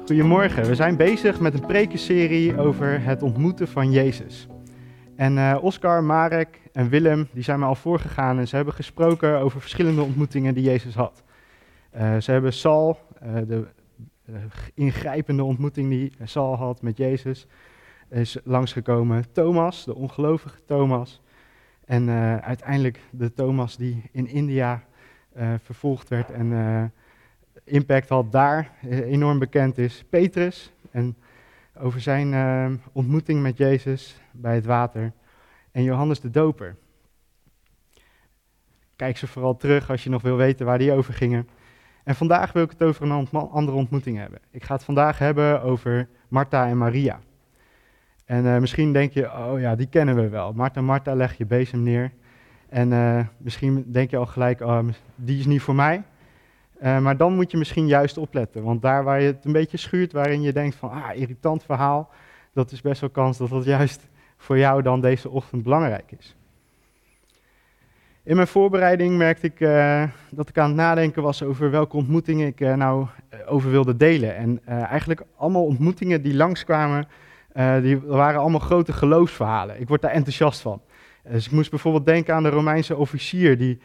Goedemorgen, we zijn bezig met een prekenserie over het ontmoeten van Jezus. En Oscar, Marek en Willem die zijn me al voorgegaan en ze hebben gesproken over verschillende ontmoetingen die Jezus had. Ze hebben Saul, de ingrijpende ontmoeting die Saul had met Jezus, is langsgekomen. Thomas, de ongelovige Thomas. En uiteindelijk de Thomas die in India vervolgd werd en impact had daar, enorm bekend is. Petrus, en over zijn ontmoeting met Jezus bij het water. En Johannes de Doper. Kijk ze vooral terug als je nog wil weten waar die over gingen. En vandaag wil ik het over een andere ontmoeting hebben. Ik ga het vandaag hebben over Martha en Maria. En misschien denk je, oh ja, die kennen we wel. Martha, leg je bezem neer. En misschien denk je al gelijk, oh, die is niet voor mij. Maar dan moet je misschien juist opletten. Want daar waar je het een beetje schuurt, waarin je denkt van, irritant verhaal. Dat is best wel kans dat dat juist voor jou dan deze ochtend belangrijk is. In mijn voorbereiding merkte ik dat ik aan het nadenken was over welke ontmoetingen ik over wilde delen. En eigenlijk allemaal ontmoetingen die langskwamen, die waren allemaal grote geloofsverhalen. Ik word daar enthousiast van. Dus ik moest bijvoorbeeld denken aan de Romeinse officier die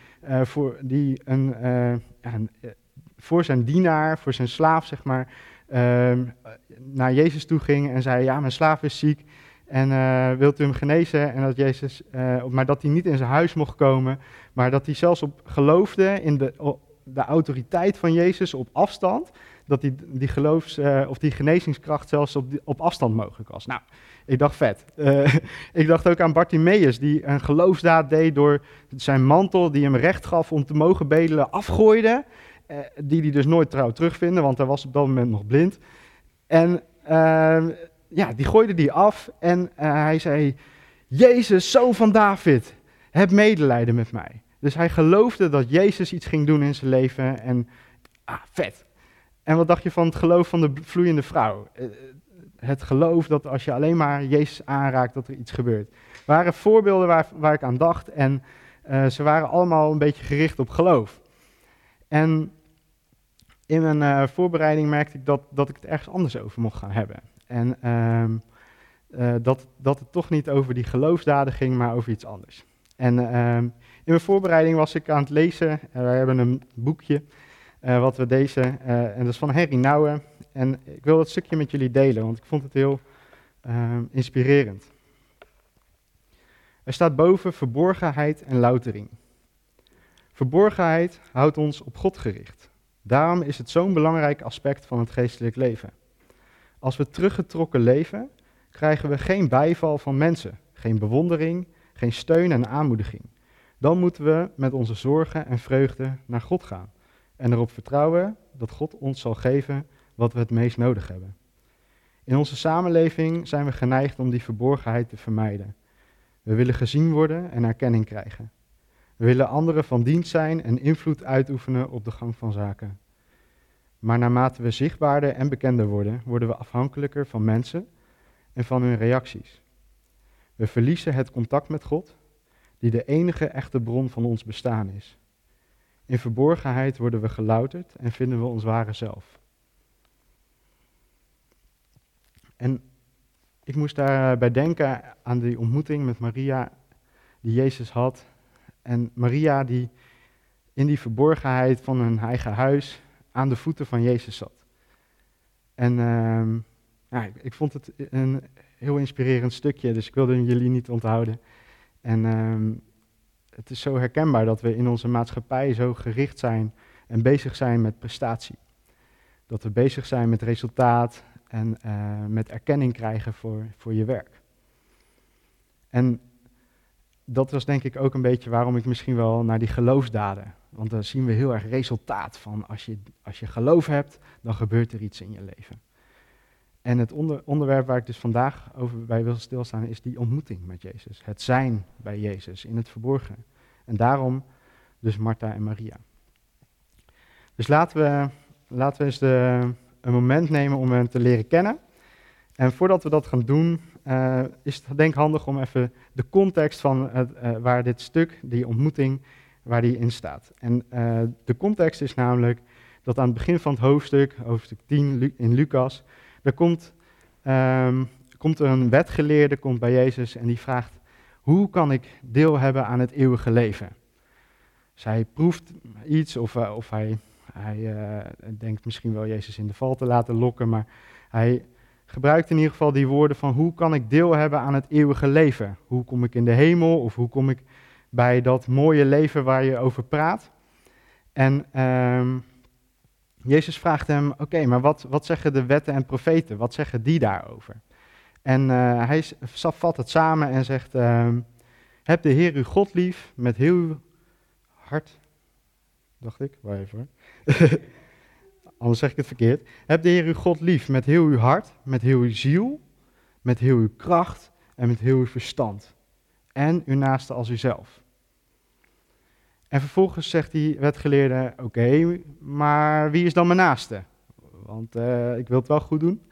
voor zijn dienaar, voor zijn slaaf zeg maar, naar Jezus toe ging en zei, ja, mijn slaaf is ziek en wilt u hem genezen? En dat Jezus, maar dat hij niet in zijn huis mocht komen, maar dat hij zelfs op geloofde in de autoriteit van Jezus op afstand, dat die genezingskracht zelfs op afstand mogelijk was. Nou, ik dacht vet. Ik dacht ook aan Bartimaeus, die een geloofsdaad deed door zijn mantel, die hem recht gaf om te mogen bedelen, afgooide. Die hij dus nooit trouw terugvinden, want hij was op dat moment nog blind. En die gooide die af en hij zei, Jezus, zoon van David, heb medelijden met mij. Dus hij geloofde dat Jezus iets ging doen in zijn leven en vet. En wat dacht je van het geloof van de vloeiende vrouw? Het geloof dat als je alleen maar Jezus aanraakt, dat er iets gebeurt. Er waren voorbeelden waar ik aan dacht en ze waren allemaal een beetje gericht op geloof. En in mijn voorbereiding merkte ik dat ik het ergens anders over mocht gaan hebben. En dat het toch niet over die geloofsdaden ging, maar over iets anders. En in mijn voorbereiding was ik aan het lezen. Wij hebben een boekje wat we lezen. En dat is van Henry Nouwen. En ik wil dat stukje met jullie delen, want ik vond het heel inspirerend. Er staat boven verborgenheid en loutering. Verborgenheid houdt ons op God gericht. Daarom is het zo'n belangrijk aspect van het geestelijk leven. Als we teruggetrokken leven, krijgen we geen bijval van mensen, geen bewondering, geen steun en aanmoediging. Dan moeten we met onze zorgen en vreugde naar God gaan en erop vertrouwen dat God ons zal geven wat we het meest nodig hebben. In onze samenleving zijn we geneigd om die verborgenheid te vermijden. We willen gezien worden en erkenning krijgen. We willen anderen van dienst zijn en invloed uitoefenen op de gang van zaken. Maar naarmate we zichtbaarder en bekender worden, worden we afhankelijker van mensen en van hun reacties. We verliezen het contact met God, die de enige echte bron van ons bestaan is. In verborgenheid worden we gelouterd en vinden we ons ware zelf. En ik moest daarbij denken aan die ontmoeting met Maria die Jezus had. En Maria die in die verborgenheid van hun eigen huis aan de voeten van Jezus zat. En ik vond het een heel inspirerend stukje, dus ik wilde jullie niet onthouden. En het is zo herkenbaar dat we in onze maatschappij zo gericht zijn en bezig zijn met prestatie. Dat we bezig zijn met resultaat en met erkenning krijgen voor je werk. En dat was denk ik ook een beetje waarom ik misschien wel naar die geloofsdaden. Want daar zien we heel erg resultaat van. Als je geloof hebt, dan gebeurt er iets in je leven. En het onderwerp waar ik dus vandaag over bij wil stilstaan is die ontmoeting met Jezus. Het zijn bij Jezus in het verborgen. En daarom dus Martha en Maria. Dus laten we eens een moment nemen om hen te leren kennen. En voordat we dat gaan doen, is het denk ik handig om even de context van waar dit stuk, die ontmoeting, waar die in staat. En de context is namelijk dat aan het begin van het hoofdstuk 10 in Lucas, daar komt er een wetgeleerde komt bij Jezus en die vraagt, hoe kan ik deel hebben aan het eeuwige leven? Zij proeft iets of hij denkt misschien wel Jezus in de val te laten lokken, maar hij gebruikt in ieder geval die woorden van hoe kan ik deel hebben aan het eeuwige leven? Hoe kom ik in de hemel of hoe kom ik bij dat mooie leven waar je over praat? En Jezus vraagt hem, oké, maar wat zeggen de wetten en profeten? Wat zeggen die daarover? En hij vat het samen en zegt, heb de Heer uw God lief met heel uw hart. Dacht ik, wacht even hoor. Anders zeg ik het verkeerd. Heb de Heer uw God lief met heel uw hart, met heel uw ziel, met heel uw kracht en met heel uw verstand. En uw naaste als uzelf. En vervolgens zegt die wetgeleerde, oké, maar wie is dan mijn naaste? Want ik wil het wel goed doen.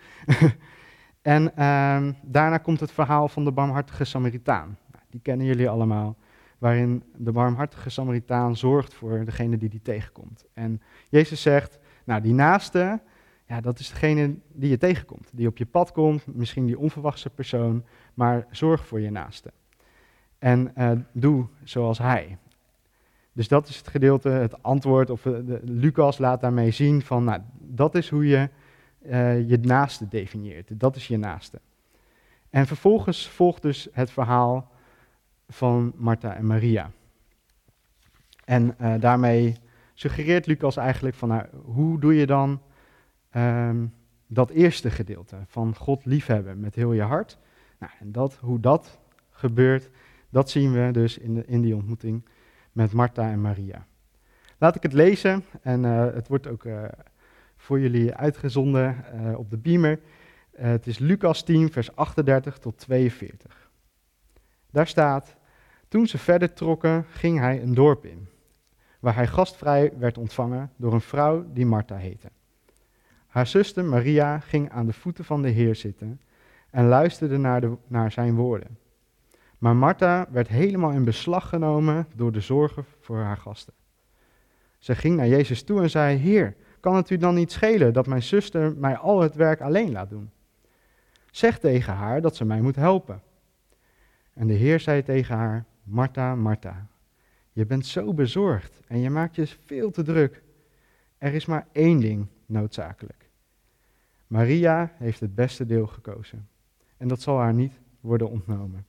En daarna komt het verhaal van de barmhartige Samaritaan. Nou, die kennen jullie allemaal. Waarin de barmhartige Samaritaan zorgt voor degene die tegenkomt. En Jezus zegt, nou die naaste, ja, dat is degene die je tegenkomt. Die op je pad komt, misschien die onverwachte persoon, maar zorg voor je naaste. En doe zoals hij. Dus dat is het gedeelte, het antwoord, of Lucas laat daarmee zien van, nou, dat is hoe je je naaste definieert. Dat is je naaste. En vervolgens volgt dus het verhaal van Martha en Maria. En daarmee suggereert Lucas eigenlijk van, nou, hoe doe je dan dat eerste gedeelte van God liefhebben met heel je hart? Nou, en hoe dat gebeurt, dat zien we dus in die ontmoeting met Martha en Maria. Laat ik het lezen en het wordt ook voor jullie uitgezonden op de beamer. Het is Lucas 10, vers 38 tot 42. Daar staat, toen ze verder trokken, ging hij een dorp in, waar hij gastvrij werd ontvangen door een vrouw die Martha heette. Haar zuster Maria ging aan de voeten van de Heer zitten en luisterde naar zijn woorden. Maar Martha werd helemaal in beslag genomen door de zorgen voor haar gasten. Ze ging naar Jezus toe en zei, Heer, kan het u dan niet schelen dat mijn zuster mij al het werk alleen laat doen? Zeg tegen haar dat ze mij moet helpen. En de Heer zei tegen haar, Martha, Martha, je bent zo bezorgd en je maakt je veel te druk. Er is maar één ding noodzakelijk. Maria heeft het beste deel gekozen en dat zal haar niet worden ontnomen.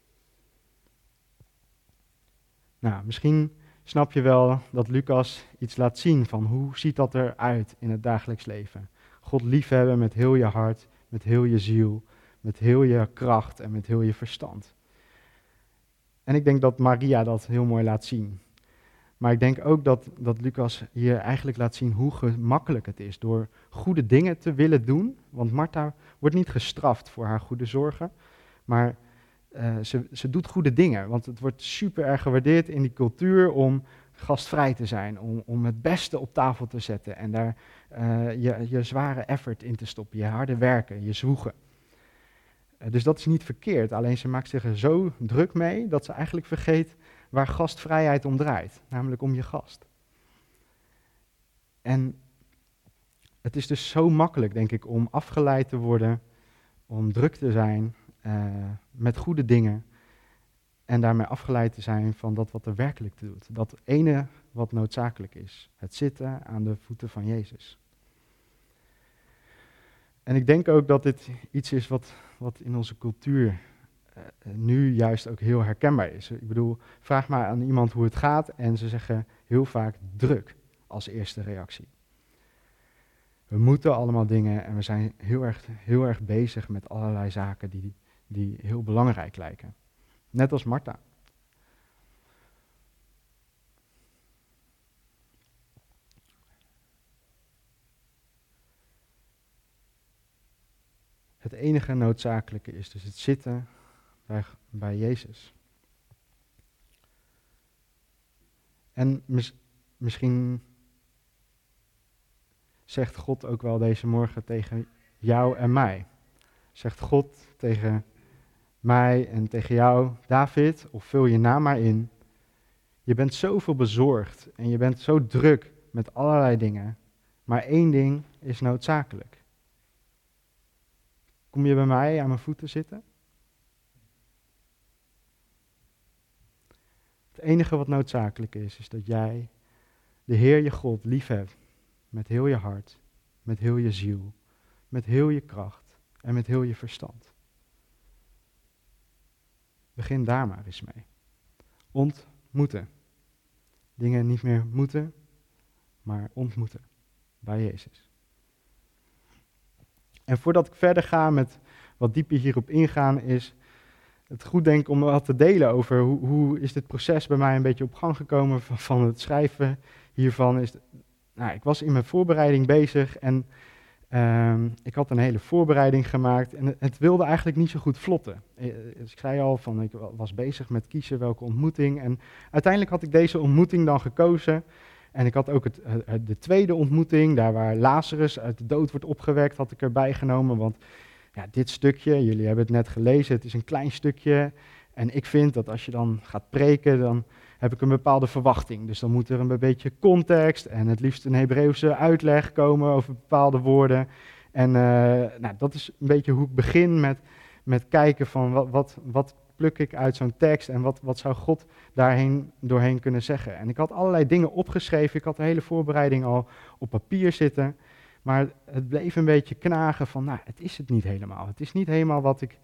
Nou, misschien snap je wel dat Lucas iets laat zien van hoe ziet dat eruit in het dagelijks leven. God liefhebben met heel je hart, met heel je ziel, met heel je kracht en met heel je verstand. En ik denk dat Maria dat heel mooi laat zien. Maar ik denk ook dat Lucas hier eigenlijk laat zien hoe gemakkelijk het is door goede dingen te willen doen. Want Martha wordt niet gestraft voor haar goede zorgen, maar ze doet goede dingen. Want het wordt super erg gewaardeerd in die cultuur om gastvrij te zijn, om het beste op tafel te zetten en daar je zware effort in te stoppen, je harde werken, je zwoegen. Dus dat is niet verkeerd, alleen ze maakt zich er zo druk mee dat ze eigenlijk vergeet waar gastvrijheid om draait, namelijk om je gast. En het is dus zo makkelijk, denk ik, om afgeleid te worden, om druk te zijn met goede dingen en daarmee afgeleid te zijn van dat wat er werkelijk toe doet. Dat ene wat noodzakelijk is, het zitten aan de voeten van Jezus. En ik denk ook dat dit iets is wat in onze cultuur nu juist ook heel herkenbaar is. Ik bedoel, vraag maar aan iemand hoe het gaat en ze zeggen heel vaak druk als eerste reactie. We moeten allemaal dingen en we zijn heel erg bezig met allerlei zaken die heel belangrijk lijken. Net als Martha. Het enige noodzakelijke is dus het zitten bij Jezus. En misschien zegt God ook wel deze morgen tegen jou en mij. Zegt God tegen mij en tegen jou, David, of vul je naam maar in. Je bent zoveel bezorgd en je bent zo druk met allerlei dingen. Maar één ding is noodzakelijk. Kom je bij mij aan mijn voeten zitten? Het enige wat noodzakelijk is dat jij de Heer je God liefhebt met heel je hart, met heel je ziel, met heel je kracht en met heel je verstand. Begin daar maar eens mee. Ontmoeten. Dingen niet meer moeten, maar ontmoeten bij Jezus. En voordat ik verder ga met wat dieper hierop ingaan, is het goed denk ik om wat te delen over hoe is dit proces bij mij een beetje op gang gekomen van het schrijven hiervan. Ik was in mijn voorbereiding bezig en ik had een hele voorbereiding gemaakt en het wilde eigenlijk niet zo goed vlotten. Ik zei al, ik was bezig met kiezen welke ontmoeting en uiteindelijk had ik deze ontmoeting dan gekozen. En ik had ook de tweede ontmoeting, daar waar Lazarus uit de dood wordt opgewekt, had ik erbij genomen. Want ja, dit stukje, jullie hebben het net gelezen, het is een klein stukje. En ik vind dat als je dan gaat preken, dan heb ik een bepaalde verwachting. Dus dan moet er een beetje context en het liefst een Hebreeuwse uitleg komen over bepaalde woorden. En dat is een beetje hoe ik begin met kijken van wat pluk ik uit zo'n tekst en wat zou God doorheen kunnen zeggen. En ik had allerlei dingen opgeschreven, ik had de hele voorbereiding al op papier zitten. Maar het bleef een beetje knagen van, het is het niet helemaal. Het is niet helemaal wat ik...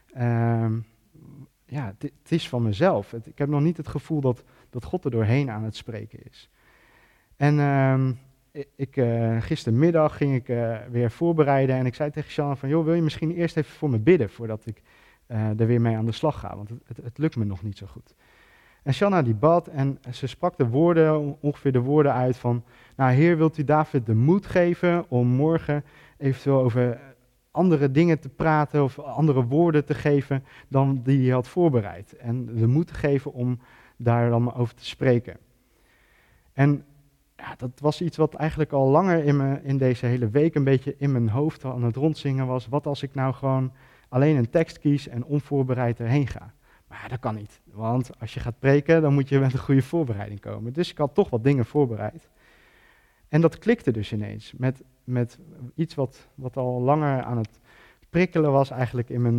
het is van mezelf. Ik heb nog niet het gevoel dat God er doorheen aan het spreken is. En gistermiddag ging ik weer voorbereiden en ik zei tegen Shanna van, wil je misschien eerst even voor me bidden voordat ik er weer mee aan de slag ga, want het lukt me nog niet zo goed. En Shanna die bad en ze sprak ongeveer de woorden uit van, Heer, wilt u David de moed geven om morgen eventueel over andere dingen te praten of andere woorden te geven dan die hij had voorbereid. En de moed te geven om daar dan over te spreken. En dat was iets wat eigenlijk al langer in deze hele week een beetje in mijn hoofd aan het rondzingen was. Wat als ik nou gewoon alleen een tekst kies en onvoorbereid erheen ga? Maar dat kan niet, want als je gaat preken, dan moet je met een goede voorbereiding komen. Dus ik had toch wat dingen voorbereid. En dat klikte dus ineens met iets wat al langer aan het prikkelen was eigenlijk in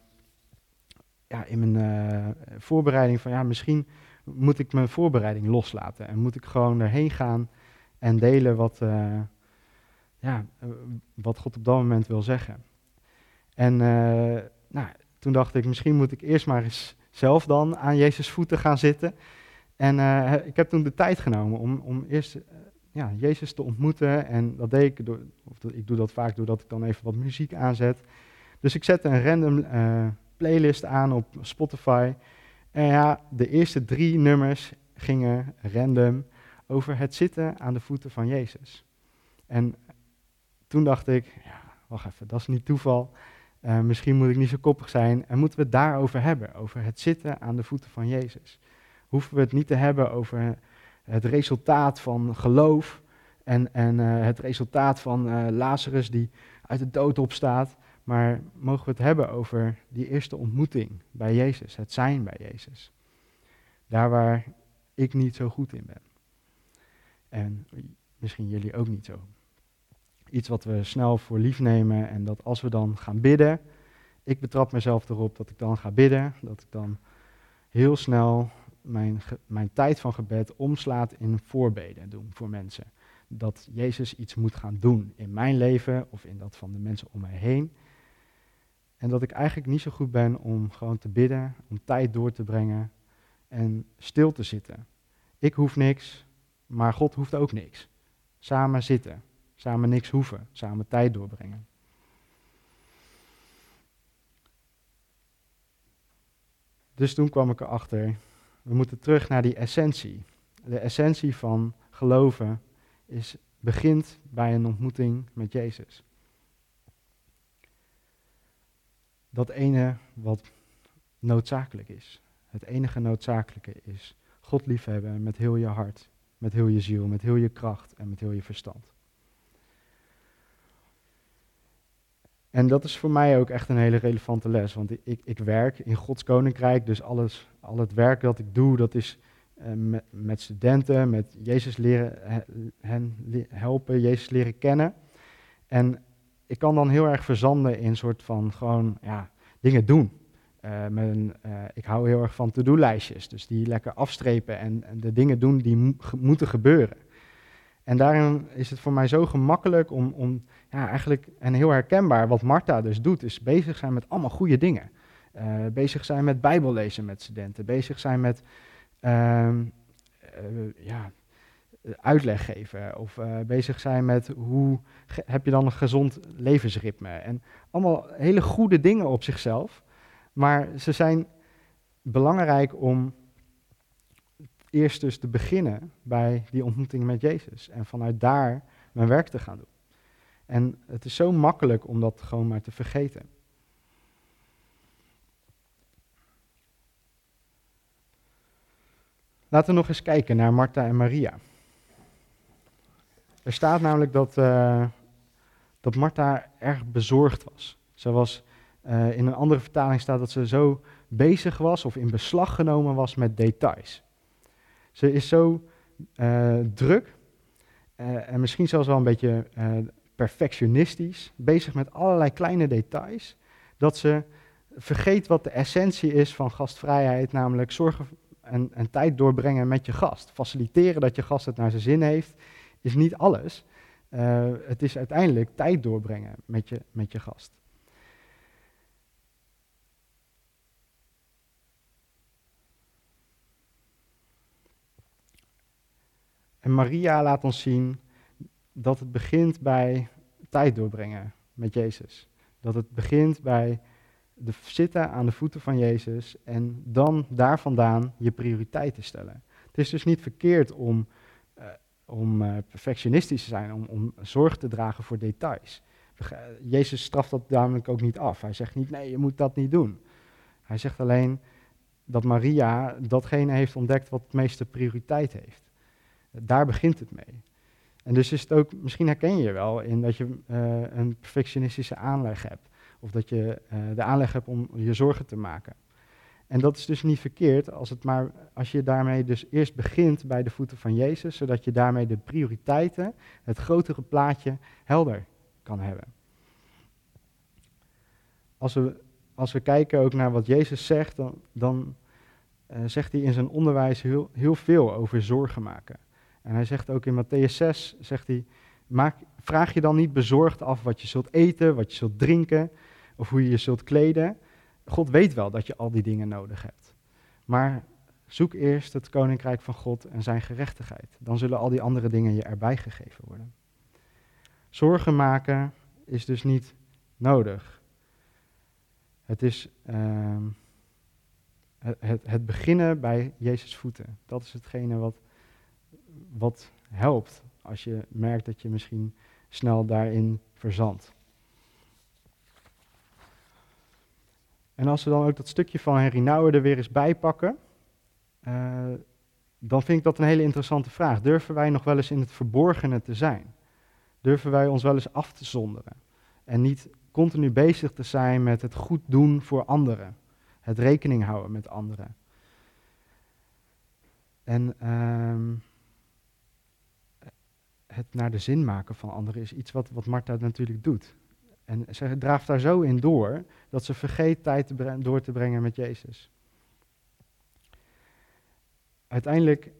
mijn voorbereiding van misschien moet ik mijn voorbereiding loslaten en moet ik gewoon erheen gaan en delen wat God op dat moment wil zeggen. En toen dacht ik, misschien moet ik eerst maar eens zelf dan aan Jezus' voeten gaan zitten. En ik heb toen de tijd genomen om eerst Jezus te ontmoeten. En dat deed ik, ik doe dat vaak doordat ik dan even wat muziek aanzet. Dus ik zette een random playlist aan op Spotify. En de eerste 3 nummers gingen random over het zitten aan de voeten van Jezus. En toen dacht ik, wacht even, dat is niet toeval. Misschien moet ik niet zo koppig zijn en moeten we het daarover hebben, over het zitten aan de voeten van Jezus. Hoeven we het niet te hebben over het resultaat van geloof en het resultaat van Lazarus die uit de dood opstaat, maar mogen we het hebben over die eerste ontmoeting bij Jezus, het zijn bij Jezus. Daar waar ik niet zo goed in ben. En misschien jullie ook niet zo. Iets wat we snel voor lief nemen en dat als we dan gaan bidden, ik betrap mezelf erop dat ik dan ga bidden, dat ik dan heel snel mijn tijd van gebed omslaat in voorbeden doen voor mensen. Dat Jezus iets moet gaan doen in mijn leven of in dat van de mensen om mij heen. En dat ik eigenlijk niet zo goed ben om gewoon te bidden, om tijd door te brengen en stil te zitten. Ik hoef niks, maar God hoeft ook niks. Samen zitten. Samen niks hoeven, samen tijd doorbrengen. Dus toen kwam ik erachter, we moeten terug naar die essentie. De essentie van geloven begint bij een ontmoeting met Jezus. Dat ene wat noodzakelijk is. Het enige noodzakelijke is God liefhebben met heel je hart, met heel je ziel, met heel je kracht en met heel je verstand. En dat is voor mij ook echt een hele relevante les, want ik werk in Gods koninkrijk, dus al het werk dat ik doe, dat is met studenten, met Jezus helpen, Jezus leren kennen. En ik kan dan heel erg verzanden in een soort van gewoon dingen doen. Ik hou heel erg van to-do-lijstjes, dus die lekker afstrepen en de dingen doen die moeten gebeuren. En daarin is het voor mij zo gemakkelijk om eigenlijk, en heel herkenbaar, wat Martha dus doet, is bezig zijn met allemaal goede dingen. Bezig zijn met Bijbel lezen met studenten, bezig zijn met uitleg geven, of bezig zijn met hoe heb je dan een gezond levensritme. En allemaal hele goede dingen op zichzelf, maar ze zijn belangrijk om eerst dus te beginnen bij die ontmoeting met Jezus en vanuit daar mijn werk te gaan doen. En het is zo makkelijk om dat gewoon maar te vergeten. Laten we nog eens kijken naar Martha en Maria. Er staat namelijk dat Martha erg bezorgd was. Ze was, in een andere vertaling staat dat ze zo bezig was of in beslag genomen was met details. Ze is zo druk en misschien zelfs wel een beetje perfectionistisch, bezig met allerlei kleine details, dat ze vergeet wat de essentie is van gastvrijheid, namelijk zorgen en tijd doorbrengen met je gast. Faciliteren dat je gast het naar zijn zin heeft, is niet alles. Het is uiteindelijk tijd doorbrengen met je gast. En Maria laat ons zien dat het begint bij tijd doorbrengen met Jezus. Dat het begint bij zitten aan de voeten van Jezus en dan daar vandaan je prioriteiten stellen. Het is dus niet verkeerd om perfectionistisch te zijn, om zorg te dragen voor details. Jezus straft dat namelijk ook niet af. Hij zegt niet, nee, je moet dat niet doen. Hij zegt alleen dat Maria datgene heeft ontdekt wat het meeste prioriteit heeft. Daar begint het mee. En dus is het ook, misschien herken je je wel in dat je een perfectionistische aanleg hebt. Of dat je de aanleg hebt om je zorgen te maken. En dat is dus niet verkeerd als je daarmee dus eerst begint bij de voeten van Jezus, zodat je daarmee de prioriteiten, het grotere plaatje, helder kan hebben. Als we kijken ook naar wat Jezus zegt, dan zegt hij in zijn onderwijs heel veel over zorgen maken. En hij zegt ook in Mattheüs 6, zegt hij, vraag je dan niet bezorgd af wat je zult eten, wat je zult drinken, of hoe je je zult kleden. God weet wel dat je al die dingen nodig hebt. Maar zoek eerst het koninkrijk van God en zijn gerechtigheid. Dan zullen al die andere dingen je erbij gegeven worden. Zorgen maken is dus niet nodig. Het is het beginnen bij Jezus' voeten. Dat is hetgene wat helpt als je merkt dat je misschien snel daarin verzandt. En als we dan ook dat stukje van Henry Nouwen er weer eens bij pakken, dan vind ik dat een hele interessante vraag. Durven wij nog wel eens in het verborgene te zijn? Durven wij ons wel eens af te zonderen? En niet continu bezig te zijn met het goed doen voor anderen. Het rekening houden met anderen. En het naar de zin maken van anderen is iets wat Martha natuurlijk doet. En ze draaft daar zo in door, dat ze vergeet tijd door te brengen met Jezus. Uiteindelijk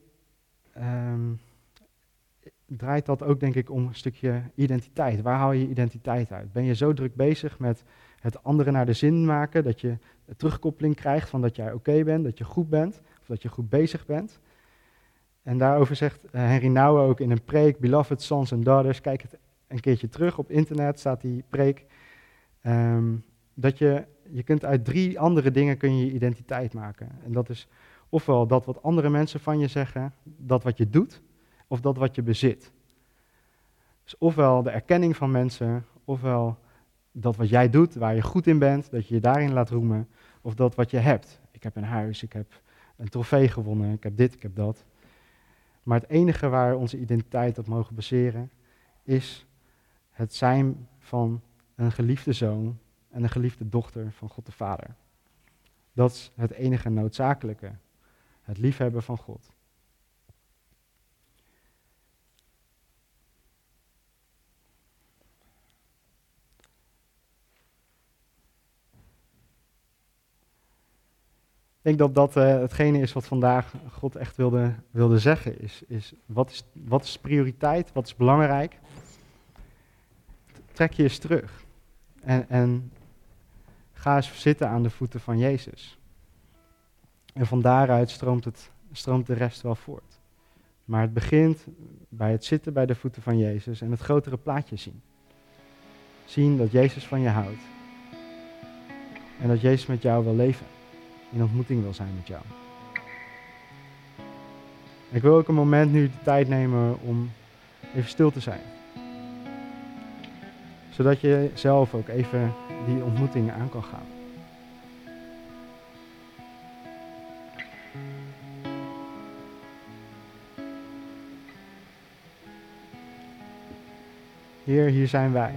draait dat ook, denk ik, om een stukje identiteit. Waar haal je identiteit uit? Ben je zo druk bezig met het anderen naar de zin maken, dat je een terugkoppeling krijgt van dat jij oké bent, dat je goed bent, of dat je goed bezig bent? En daarover zegt Henry Nouwen ook in een preek, Beloved Sons and Daughters, kijk het een keertje terug op internet, staat die preek, dat je kunt uit 3 andere dingen kun je identiteit maken. En dat is ofwel dat wat andere mensen van je zeggen, dat wat je doet, of dat wat je bezit. Dus ofwel de erkenning van mensen, ofwel dat wat jij doet, waar je goed in bent, dat je je daarin laat roemen, of dat wat je hebt. Ik heb een huis, ik heb een trofee gewonnen, ik heb dit, ik heb dat. Maar het enige waar onze identiteit op mogen baseren, is het zijn van een geliefde zoon en een geliefde dochter van God de Vader. Dat is het enige noodzakelijke. Het liefhebben van God. Ik denk dat dat hetgene is wat vandaag God echt wilde zeggen. Wat is prioriteit? Wat is belangrijk? Trek je eens terug. En ga eens zitten aan de voeten van Jezus. En van daaruit stroomt de rest wel voort. Maar het begint bij het zitten bij de voeten van Jezus en het grotere plaatje zien. Zien dat Jezus van je houdt. En dat Jezus met jou wil leven. In ontmoeting wil zijn met jou. Ik wil ook een moment nu de tijd nemen om even stil te zijn. Zodat je zelf ook even die ontmoeting aan kan gaan. Heer, hier zijn wij.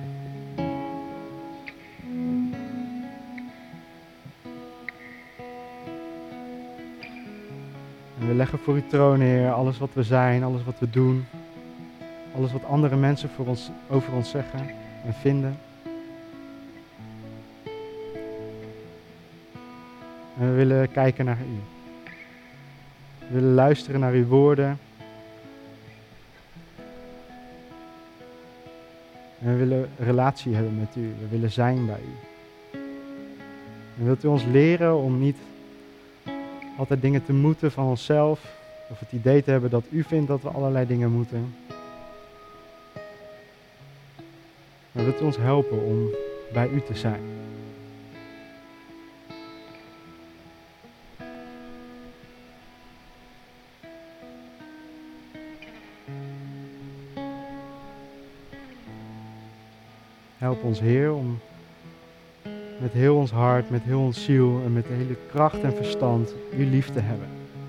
En we leggen voor uw troon, Heer, alles wat we zijn, alles wat we doen. Alles wat andere mensen over ons zeggen en vinden. En we willen kijken naar u. We willen luisteren naar uw woorden. En we willen een relatie hebben met u. We willen zijn bij u. En wilt u ons leren om niet altijd dingen te moeten van onszelf. Of het idee te hebben dat u vindt dat we allerlei dingen moeten. Maar wilt u ons helpen om bij u te zijn. Help ons, Heer, om met heel ons hart, met heel ons ziel en met de hele kracht en verstand u lief te hebben.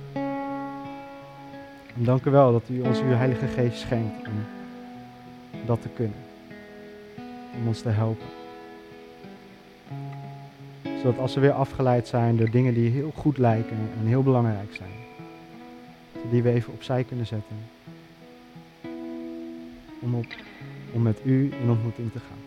En dank u wel dat u ons uw Heilige Geest schenkt om dat te kunnen. Om ons te helpen. Zodat als we weer afgeleid zijn door dingen die heel goed lijken en heel belangrijk zijn, die we even opzij kunnen zetten. Om met u in ontmoeting te gaan.